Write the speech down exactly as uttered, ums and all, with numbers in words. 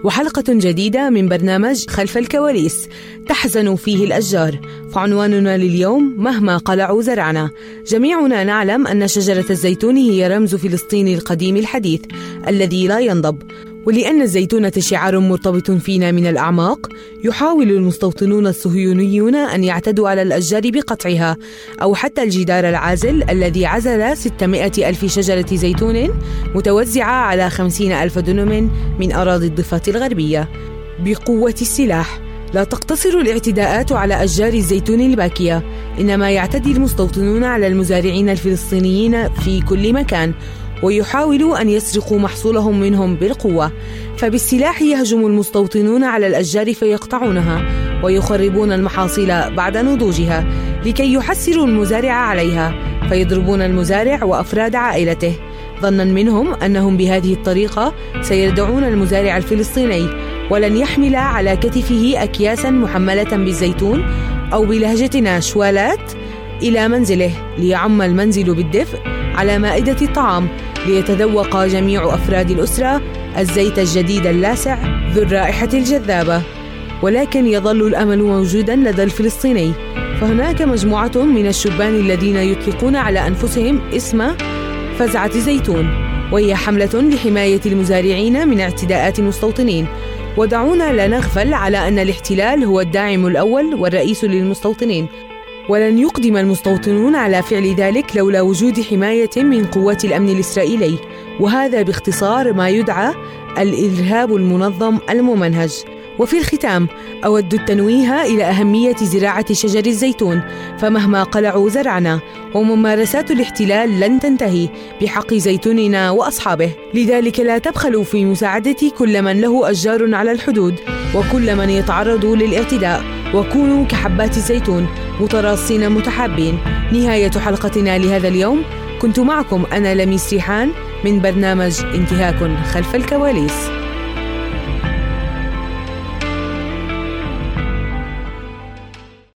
وحلقة جديدة من برنامج خلف الكواليس تحزن فيه الأشجار. فعنواننا لليوم: مهما قلعوا زرعنا. جميعنا نعلم أن شجرة الزيتون هي رمز فلسطين القديم الحديث الذي لا ينضب، ولأن الزيتونة شعار مرتبط فينا من الأعماق، يحاول المستوطنون الصهيونيون أن يعتدوا على الأشجار بقطعها، أو حتى الجدار العازل الذي عزل ستمائة ألف شجرة زيتون متوزعة على خمسين ألف دنم من أراضي الضفة الغربية بقوة السلاح. لا تقتصر الاعتداءات على أشجار الزيتون الباكية، إنما يعتدي المستوطنون على المزارعين الفلسطينيين في كل مكان، ويحاولوا أن يسرقوا محصولهم منهم بالقوة. فبالسلاح يهجم المستوطنون على الأشجار فيقطعونها ويخربون المحاصيل بعد نضوجها لكي يحسروا المزارع عليها، فيضربون المزارع وأفراد عائلته ظنا منهم أنهم بهذه الطريقة سيردعون المزارع الفلسطيني، ولن يحمل على كتفه أكياسا محملة بالزيتون أو بلهجتنا شوالات إلى منزله ليعم المنزل بالدفء على مائدة الطعام، ليتذوق جميع أفراد الأسرة الزيت الجديد اللاسع ذو الرائحة الجذابة. ولكن يظل الأمل موجودا لدى الفلسطيني، فهناك مجموعة من الشبان الذين يطلقون على أنفسهم اسم فزعة زيتون، وهي حملة لحماية المزارعين من اعتداءات المستوطنين. ودعونا لا نغفل على أن الاحتلال هو الداعم الأول والرئيس للمستوطنين، ولن يقدم المستوطنون على فعل ذلك لولا وجود حماية من قوات الأمن الإسرائيلي، وهذا باختصار ما يدعى الإرهاب المنظم الممنهج. وفي الختام أود التنويه إلى أهمية زراعة شجر الزيتون، فمهما قلعوا زرعنا، وممارسات الاحتلال لن تنتهي بحق زيتوننا وأصحابه. لذلك لا تبخلوا في مساعدة كل من له أشجار على الحدود وكل من يتعرض للاعتداء، وكونوا كحبات الزيتون متراصين متحابين. نهاية حلقتنا لهذا اليوم، كنت معكم أنا لميس ريحان من برنامج انتهاك خلف الكواليس.